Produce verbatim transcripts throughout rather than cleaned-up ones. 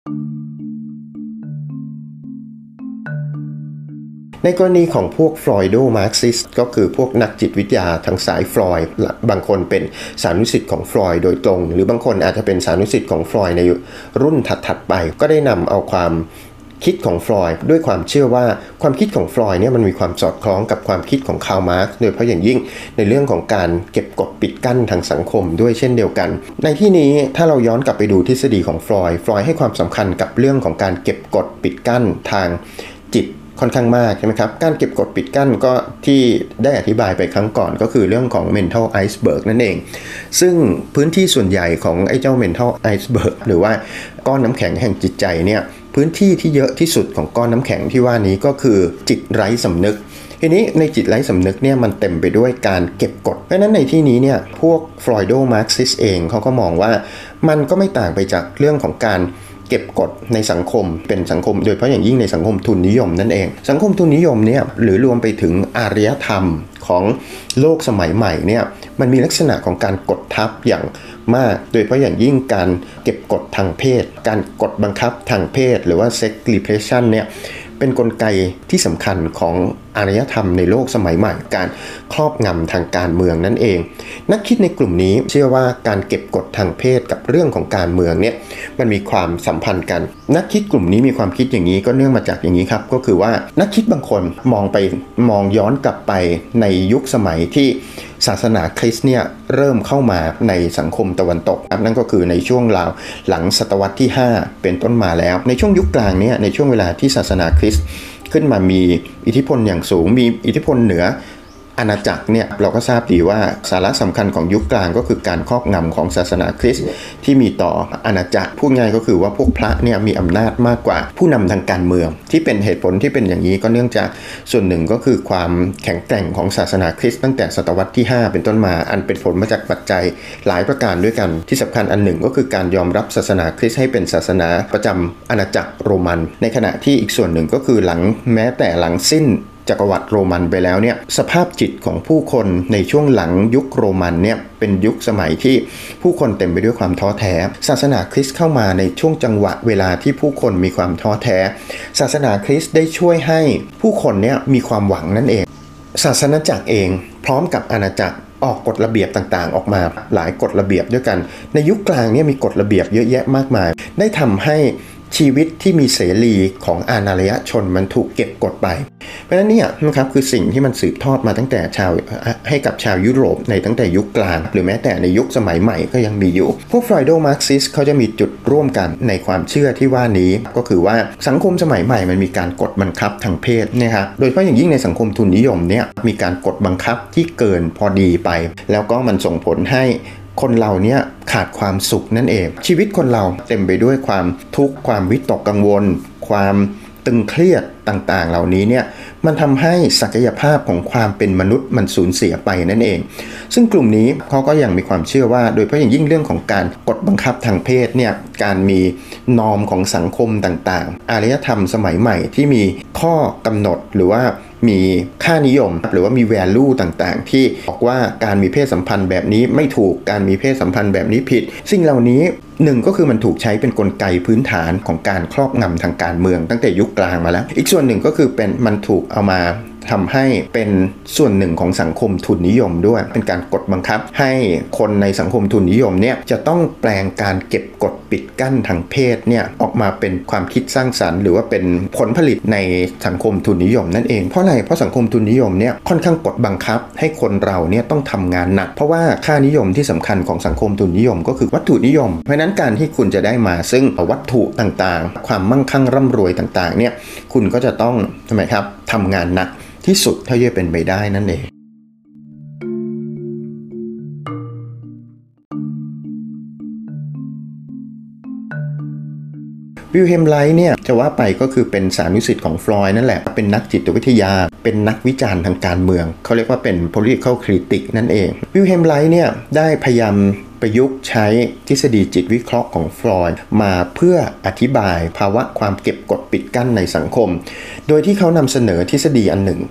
ในกรณีของพวกฟลอยโดมาร์กซิสก็คือพวกนักจิตวิทยาทางสายฟลอยด์บางคนเป็นสานุสิทธิ์ของฟลอยด์โดยตรงหรือบางคนอาจจะเป็นสานุสิทธิ์ของฟลอยด์ในรุ่นถัดๆไปก็ได้นำเอาความคิดของฟลอยด์ด้วยความเชื่อว่าความคิดของฟลอยด์เนี่ยมันมีความสอดคล้องกับความคิดของคาร์ลมาร์กซ์โดยเฉพาะอย่างยิ่งในเรื่องของการเก็บกดปิดกั้นทางสังคมด้วยเช่นเดียวกันในที่นี้ถ้าเราย้อนกลับไปดูทฤษฎีของฟลอยด์ฟลอยด์ให้ความสำคัญกับเรื่องของการเก็บกดปิดกั้นทางจิตค่อนข้างมากใช่ไหมครับการเก็บกดปิดกั้นก็ที่ได้อธิบายไปครั้งก่อนก็คือเรื่องของ mental iceberg นั่นเองซึ่งพื้นที่ส่วนใหญ่ของไอ้เจ้า mental iceberg หรือว่าก้อนน้ำแข็งแห่งจิตใจเนี่ยพื้นที่ที่เยอะที่สุดของก้อนน้ำแข็งที่ว่านี้ก็คือจิตไร้สำนึกทีนี้ในจิตไร้สำนึกเนี่ยมันเต็มไปด้วยการเก็บกดเพราะฉะนั้นในที่นี้เนี่ยพวกฟลอยโดมาร์กซิสเองเขาก็มองว่ามันก็ไม่ต่างไปจากเรื่องของการเก็บกดในสังคมเป็นสังคมโดยเฉพาะอย่างยิ่งในสังคมทุนนิยมนั่นเองสังคมทุนนิยมเนี่ยหรือรวมไปถึงอารยธรรมของโลกสมัยใหม่เนี่ยมันมีลักษณะของการกดทับอย่างมากโดยเฉพาะอย่างยิ่งการเก็บกดทางเพศการกดบังคับทางเพศหรือว่า sex repression เนี่ยเป็นกลไกที่สำคัญของอารยธรรมในโลกสมัยใหม่การครอบงำทางการเมืองนั่นเองนักคิดในกลุ่มนี้เชื่อว่าการเก็บกดทางเพศกับเรื่องของการเมืองเนี่ยมันมีความสัมพันธ์กันนักคิดกลุ่มนี้มีความคิดอย่างนี้ก็เนื่องมาจากอย่างนี้ครับก็คือว่านักคิดบางคนมองไปมองย้อนกลับไปในยุคสมัยที่ศาสนาคริสต์เนี่ยเริ่มเข้ามาในสังคมตะวันตกนั่นก็คือในช่วงราวหลังศตวรรษที่ห้าเป็นต้นมาแล้วในช่วงยุคกลางเนี่ยในช่วงเวลาที่ศาสนาคริสต์ขึ้นมามีอิทธิพลอย่างสูงมีอิทธิพลเหนืออาณาจักรเนี่ยเราก็ทราบดีว่าสาระสำคัญของยุคกลางก็คือการครอบงำของศาสนาคริสต์ที่มีต่ออาณาจักรพูดง่ายก็คือว่าพวกพระเนี่ยมีอำนาจมากกว่าผู้นำทางการเมืองที่เป็นเหตุผลที่เป็นอย่างนี้ก็เนื่องจากส่วนหนึ่งก็คือความแข็งแกร่งของศาสนาคริสต์ตั้งแต่ศตวรรษที่ห้าเป็นต้นมาอันเป็นผลมาจากปัจจัยหลายประการด้วยกันที่สำคัญอันหนึ่งก็คือการยอมรับศาสนาคริสต์ให้เป็นศาสนาประจำอาณาจักรโรมันในขณะที่อีกส่วนหนึ่งก็คือหลังแม้แต่หลังสิ้นจักรวรรดิโรมันไปแล้วเนี่ยสภาพจิตของผู้คนในช่วงหลังยุคโรมันเนี่ยเป็นยุคสมัยที่ผู้คนเต็มไปด้วยความท้อแท้ศาสนาคริสต์เข้ามาในช่วงจังหวะเวลาที่ผู้คนมีความท้อแท้ศาสนาคริสต์ได้ช่วยให้ผู้คนเนี่ยมีความหวังนั่นเองศาสนาจักรเองพร้อมกับอาณาจักรออกกฎระเบียบต่างๆออกมาหลายกฎระเบียบด้วยกันในยุคกลางเนี่ยมีกฎระเบียบเยอะแยะมากมายได้ทำให้ชีวิตที่มีเสรีของอาณาลยชนมันถูกเก็บกดไปเพราะฉะนั้นเนี่ยนะครับคือสิ่งที่มันสืบทอดมาตั้งแต่ชาวให้กับชาวยุโรปในตั้งแต่ยุคกลางหรือแม้แต่ในยุคสมัยใหม่ก็ยังมีอยู่พวกฟลอยโดมาร์กซิสเขาจะมีจุดร่วมกันในความเชื่อที่ว่านี้ก็คือว่าสังคมสมัยใหม่มันมีการกดบังคับทางเพศนะครับโดยเฉพาะอย่างยิ่งในสังคมทุนนิยมเนี่ยมีการกดบังคับที่เกินพอดีไปแล้วก็มันส่งผลให้คนเราเนี่ยขาดความสุขนั่นเองชีวิตคนเราเต็มไปด้วยความทุกข์ความวิตกกังวลความตึงเครียดต่างๆเหล่านี้เนี่ยมันทำให้ศักยภาพของความเป็นมนุษย์มันสูญเสียไปนั่นเองซึ่งกลุ่มนี้เขาก็ยังมีความเชื่อว่าโดยเฉพาะอย่างยิ่งเรื่องของการกดบังคับทางเพศเนี่ยการมีนอร์มของสังคมต่างๆอารยธรรมสมัยใหม่ที่มีข้อกำหนดหรือว่ามีค่านิยมหรือว่ามี value ต่างๆที่บอกว่าการมีเพศสัมพันธ์แบบนี้ไม่ถูกการมีเพศสัมพันธ์แบบนี้ผิดสิ่งเหล่านี้หนึ่งก็คือมันถูกใช้เป็นกลไกพื้นฐานของการครอบงำทางการเมืองตั้งแต่ยุคกลางมาแล้วอีกส่วนหนึ่งก็คือเป็นมันถูกเอามาทำให้เป็นส่วนหนึ่งของสังคมทุนนิยมด้วยเป็นการกดบังคับให้คนในสังคมทุนนิยมเนี่ยจะต้องแปลงการเก็บกดปิดกั้นทางเพศเนี่ยออกมาเป็นความคิดสร้างสรรค์หรือว่าเป็นผลผลิตในสังคมทุนนิยมนั่นเองเพราะอะไรเพราะสังคมทุนนิยมเนี่ยค่อนข้างกดบังคับให้คนเราเนี่ยต้องทำงานหนักเพราะว่าค่านิยมที่สำคัญของสังคมทุนนิยมก็คือวัตถุนิยมเพราะฉะนั้นการที่คุณจะได้มาซึ่งวัตถุต่างๆความมั่งคั่งร่ำรวยต่างๆเนี่ยคุณก็จะต้องทำไมครับทำงานหนักที่สุดเท่าที่จะเป็นไปได้นั่นเองวิลเฮมไลท์เนี่ยจะว่าไปก็คือเป็นสานุสิทธิ์ของฟลอยด์นั่นแหละเป็นนักจิตวิทยาเป็นนักวิจารณ์ทางการเมืองเขาเรียกว่าเป็น political critic นั่นเองวิลเฮมไลท์เนี่ยได้พยายามประยุกต์ใช้ทฤษฎีจิตวิเคราะห์ของฟลอยด์มาเพื่ออธิบายภาวะความเก็บกดปิดกั้นในสังคมโดยที่เขานำเสนอทฤษฎีอันหนึ่ง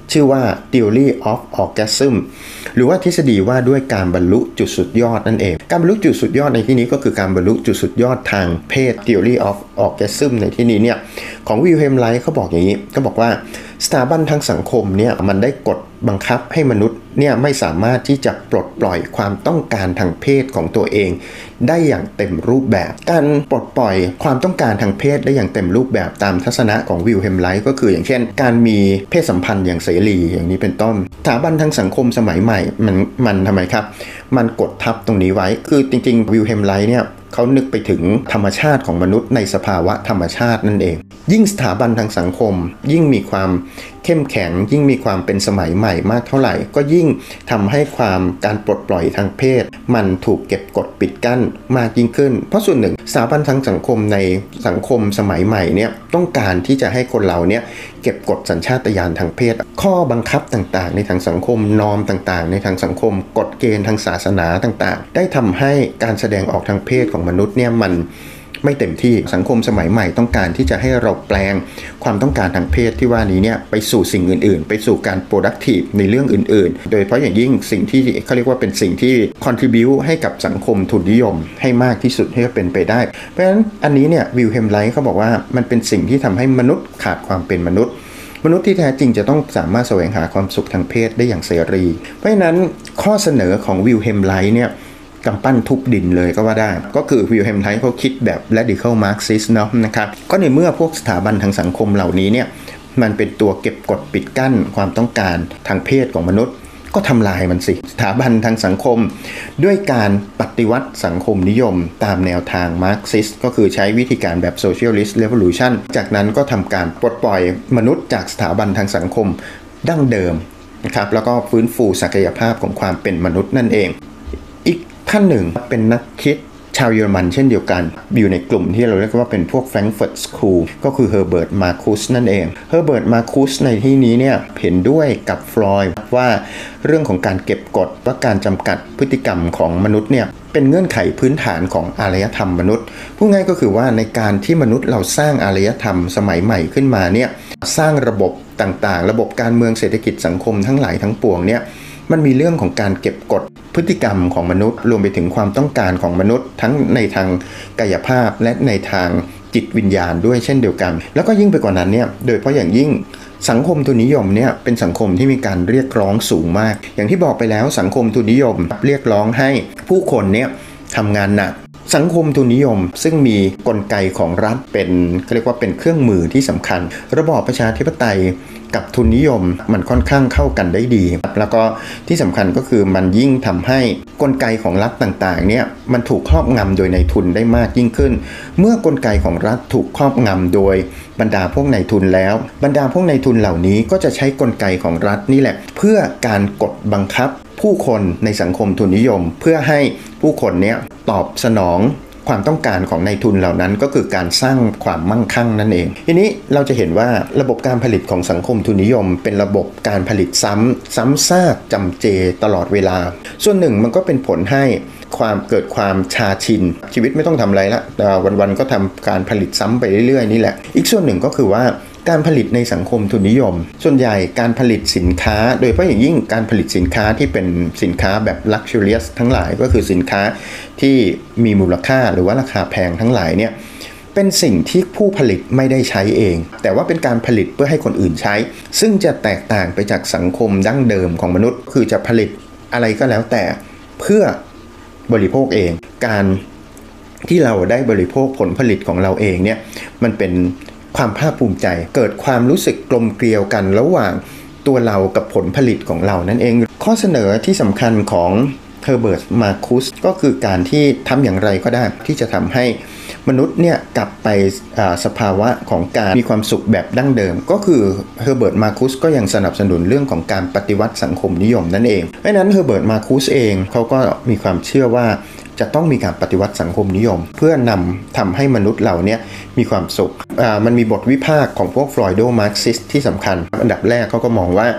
ชื่อว่า Theory of Orgasm หรือว่าทฤษฎีว่าด้วยการบรรลุจุดสุดยอดนั่นเองการบรรลุจุดสุดยอดในที่นี้ก็คือการบรรลุจุดสุดยอดทางเพศ Theory of Orgasm ในที่นี้เนี่ยของวิลเฮมไลท์เขาบอกอย่างนี้ก็บอกว่าสถาบันทางสังคมเนี่ยมันได้กดบังคับให้มนุษย์เนี่ยไม่สามารถที่จะปลดปล่อยความต้องการทางเพศของตัวเองได้อย่างเต็มรูปแบบการปลดปล่อยความต้องการทางเพศได้อย่างเต็มรูปแบบตามทัศนะของวิลเฮมไลท์ก็คืออย่างเช่นการมีเพศสัมพันธ์อย่างเสรีอย่างนี้เป็นต้นสถาบันทางสังคมสมัยใหม่มันมันทำไมครับมันกดทับตรงนี้ไว้คือจริงๆวิลเฮมไลท์เนี่ยเขานึกไปถึงธรรมชาติของมนุษย์ในสภาวะธรรมชาตินั่นเองยิ่งสถาบันทางสังคมยิ่งมีความเข้มแข็งยิ่งมีความเป็นสมัยใหม่มากเท่าไหร่ก็ยิ่งทำให้ความการปลดปล่อยทางเพศมันถูกเก็บกดปิดกั้นมากยิ่งขึ้นเพราะส่วนหนึ่งสถาบันทางสังคมในสังคมสมัยใหม่เนี่ยต้องการที่จะให้คนเราเนี่ยเก็บกดสัญชาตญาณทางเพศข้อบังคับต่างๆในทางสังคมนอร์มต่างๆในทางสังคมกฎเกณฑ์ทางศาสนาต่างๆได้ทำให้การแสดงออกทางเพศของมนุษย์เนี่ยมันไม่เต็มที่สังคมสมัยใหม่ต้องการที่จะให้เราแปลงความต้องการทางเพศที่ว่านี้เนี่ยไปสู่สิ่งอื่นๆไปสู่การ productive ในเรื่องอื่นๆโดยเฉพาะอย่างยิ่งสิ่งที่เขาเรียกว่าเป็นสิ่งที่ contribute ให้กับสังคมทุนนิยมให้มากที่สุดให้เป็นไปได้เพราะฉะนั้นอันนี้เนี่ยวิลเฮมไลท์เขาบอกว่ามันเป็นสิ่งที่ทำให้มนุษย์ขาดความเป็นมนุษย์มนุษย์ที่แท้จริงจะต้องสามารถแสวงหาความสุขทางเพศได้อย่างเสรีเพราะฉะนั้นข้อเสนอของวิลเฮมไลท์เนี่ยกำปั้นทุบดินเลยก็ว่าได้ก็คือวิลเฮมไลท์เขาคิดแบบ radical marxist เนาะนะครับก็ในเมื่อพวกสถาบันทางสังคมเหล่านี้เนี่ยมันเป็นตัวเก็บกดปิดกั้นความต้องการทางเพศของมนุษย์ก็ทำลายมันสิสถาบันทางสังคมด้วยการปฏิวัติสังคมนิยมตามแนวทางมาร์กซิสก็คือใช้วิธีการแบบ socialist revolution จากนั้นก็ทำการปลดปล่อยมนุษย์จากสถาบันทางสังคมดั้งเดิมนะครับแล้วก็ฟื้นฟูศักยภาพของความเป็นมนุษย์นั่นเองอีกท่านหนึ่งเป็นนักคิดชาวเยอรมันเช่นเดียวกันอยู่ในกลุ่มที่เราเรียกว่าเป็นพวก Frankfurt School ก็คือเฮอร์เบิร์ตมาร์คุสนั่นเองเฮอร์เบิร์ตมาร์คุสในที่นี้เนี่ยเห็นด้วยกับฟรอยด์ว่าเรื่องของการเก็บกฎว่าการจำกัดพฤติกรรมของมนุษย์เนี่ยเป็นเงื่อนไขพื้นฐานของอารยธรรมมนุษย์พูดง่ายก็คือว่าในการที่มนุษย์เราสร้างอารยธรรมสมัยใหม่ขึ้นมาเนี่ยสร้างระบบต่างๆระบบการเมืองเศรษฐกิจสังคมทั้งหลายทั้งปวงเนี่ยมันมีเรื่องของการเก็บกฎพฤติกรรมของมนุษย์รวมไปถึงความต้องการของมนุษย์ทั้งในทางกายภาพและในทางจิตวิญญาณด้วยเช่นเดียวกันแล้วก็ยิ่งไปกว่านั้นเนี่ยโดยเฉพาะอย่างยิ่งสังคมทุนนิยมเนี่ยเป็นสังคมที่มีการเรียกร้องสูงมากอย่างที่บอกไปแล้วสังคมทุนนิยมเรียกร้องให้ผู้คนเนี่ยทำงานหนักสังคมทุนนิยมซึ่งมีกลไกของรัฐเป็นเรียกว่าเป็นเครื่องมือที่สำคัญระบอบประชาธิปไตยกับทุนนิยมมันค่อนข้างเข้ากันได้ดีแล้วก็ที่สำคัญก็คือมันยิ่งทำให้กลไกของรัฐต่างๆเนี่ยมันถูกครอบงำโดยนายทุนได้มากยิ่งขึ้นเมื่อกลไกของรัฐถูกครอบงำโดยบรรดาพวกนายทุนแล้วบรรดาพวกนายทุนเหล่านี้ก็จะใช้กลไกของรัฐนี่แหละเพื่อการกดบังคับผู้คนในสังคมทุนนิยมเพื่อให้ผู้คนเนี่ยตอบสนองความต้องการของนายทุนเหล่านั้นก็คือการสร้างความมั่งคั่งนั่นเองทีนี้เราจะเห็นว่าระบบการผลิตของสังคมทุนนิยมเป็นระบบการผลิตซ้ำซ้ำซากจำเจตลอดเวลาส่วนหนึ่งมันก็เป็นผลให้ความเกิดความชาชินชีวิตไม่ต้องทำอะไรละวันๆก็ทำการผลิตซ้ำไปเรื่อยๆนี่แหละอีกส่วนหนึ่งก็คือว่าการผลิตในสังคมทุนนิยมส่วนใหญ่การผลิตสินค้าโดยเฉพาะอย่างยิ่งการผลิตสินค้าที่เป็นสินค้าแบบ luxurious ทั้งหลายก็คือสินค้าที่มีมูลค่าหรือว่าราคาแพงทั้งหลายเนี่ยเป็นสิ่งที่ผู้ผลิตไม่ได้ใช้เองแต่ว่าเป็นการผลิตเพื่อให้คนอื่นใช้ซึ่งจะแตกต่างไปจากสังคมดั้งเดิมของมนุษย์คือจะผลิตอะไรก็แล้วแต่เพื่อบริโภคเองการที่เราได้บริโภคผลผลิตของเราเองเนี่ยมันเป็นความภาคภูมิใจเกิดความรู้สึกกลมเกลียวกันระหว่างตัวเรากับผลผลิตของเรานั่นเองข้อเสนอที่สำคัญของเฮอร์เบิร์ตมาร์คุสก็คือการที่ทำอย่างไรก็ได้ที่จะทำให้มนุษย์เนี่ยกลับไปสภาวะของการมีความสุขแบบดั้งเดิมก็คือเฮอร์เบิร์ตมาร์คุสก็ยังสนับสนุนเรื่องของการปฏิวัติสังคมนิยมนั่นเองเพราะนั้นเฮอร์เบิร์ตมาร์คุสเองเขาก็มีความเชื่อว่าจะต้องมีการปฏิวัติสังคมนิยมเพื่อนำทำให้มนุษย์เราเนี่ยมีความสุขมันมีบทวิพากษ์ของพวกฟลอยโดมาร์กซิสที่สำคัญอันดับแรกเขาก็มองว่า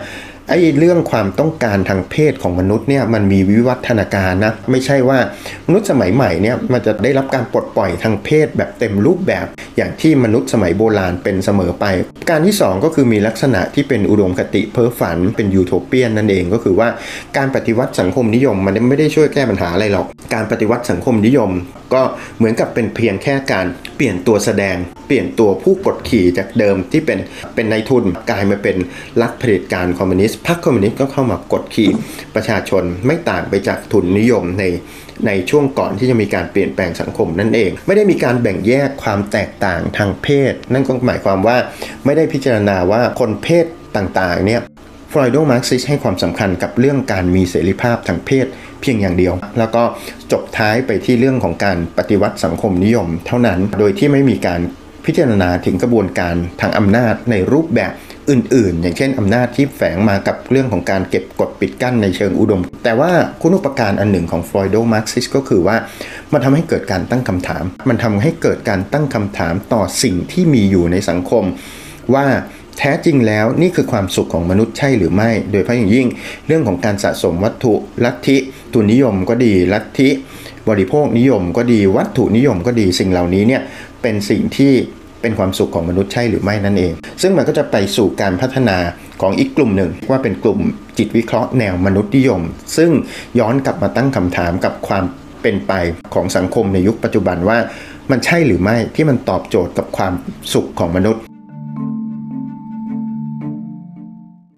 ไอ้เรื่องความต้องการทางเพศของมนุษย์เนี่ยมันมีวิวัฒนาการนะไม่ใช่ว่ามนุษย์สมัยใหม่เนี่ยมันจะได้รับการปลดปล่อยทางเพศแบบเต็มรูปแบบอย่างที่มนุษย์สมัยโบราณเป็นเสมอไปการที่สองก็คือมีลักษณะที่เป็นอุดมคติเพ้อฝันเป็นยูโทเปียนนั่นเองก็คือว่าการปฏิวัติสังคมนิยมมันไม่ได้ช่วยแก้ปัญหาอะไรหรอกการปฏิวัติสังคมนิยมก็เหมือนกับเป็นเพียงแค่การเปลี่ยนตัวแสดงเปลี่ยนตัวผู้กดขี่จากเดิมที่เป็นเป็นนายทุนกลายมาเป็นรัฐเผด็จการคอมมิวนิสต์พรรคคอมมิวนิสต์ก็เข้ามากดขี่ประชาชนไม่ต่างไปจากทุนนิยมในในช่วงก่อนที่จะมีการเปลี่ยนแปลงสังคมนั่นเองไม่ได้มีการแบ่งแยกความแตกต่างทางเพศนั่นก็หมายความว่าไม่ได้พิจารณาว่าคนเพศต่างๆเนี่ยฟลอยโดมาร์กซิสให้ความสำคัญกับเรื่องการมีเสรีภาพทางเพศเพียงอย่างเดียวแล้วก็จบท้ายไปที่เรื่องของการปฏิวัติสังคมนิยมเท่านั้นโดยที่ไม่มีการพิจารณาถึงกระบวนการทางอำนาจในรูปแบบอื่นๆอย่างเช่นอำนาจที่แฝงมากับเรื่องของการเก็บกดปิดกั้นในเชิงอุดมแต่ว่าคุณูปการอันหนึ่งของฟลอยโดมาร์กซิสก็คือว่ามันทำให้เกิดการตั้งคำถามมันทำให้เกิดการตั้งคำถามต่อสิ่งที่มีอยู่ในสังคมว่าแท้จริงแล้วนี่คือความสุขของมนุษย์ใช่หรือไม่โดยเฉพาะอย่างยิ่งเรื่องของการสะสมวัตถุลัทธิทุนนิยมก็ดีลัทธิบริโภคนิยมก็ดีวัตถุนิยมก็ดีสิ่งเหล่านี้เนี่ยเป็นสิ่งที่เป็นความสุขของมนุษย์ใช่หรือไม่นั่นเองซึ่งมันก็จะไปสู่การพัฒนาของอีกกลุ่มหนึ่งว่าเป็นกลุ่มจิตวิเคราะห์แนวมนุษย์นิยมซึ่งย้อนกลับมาตั้งคำถามกับความเป็นไปของสังคมในยุคปัจจุบันว่ามันใช่หรือไม่ที่มันตอบโจทย์กับความสุขของมนุษย์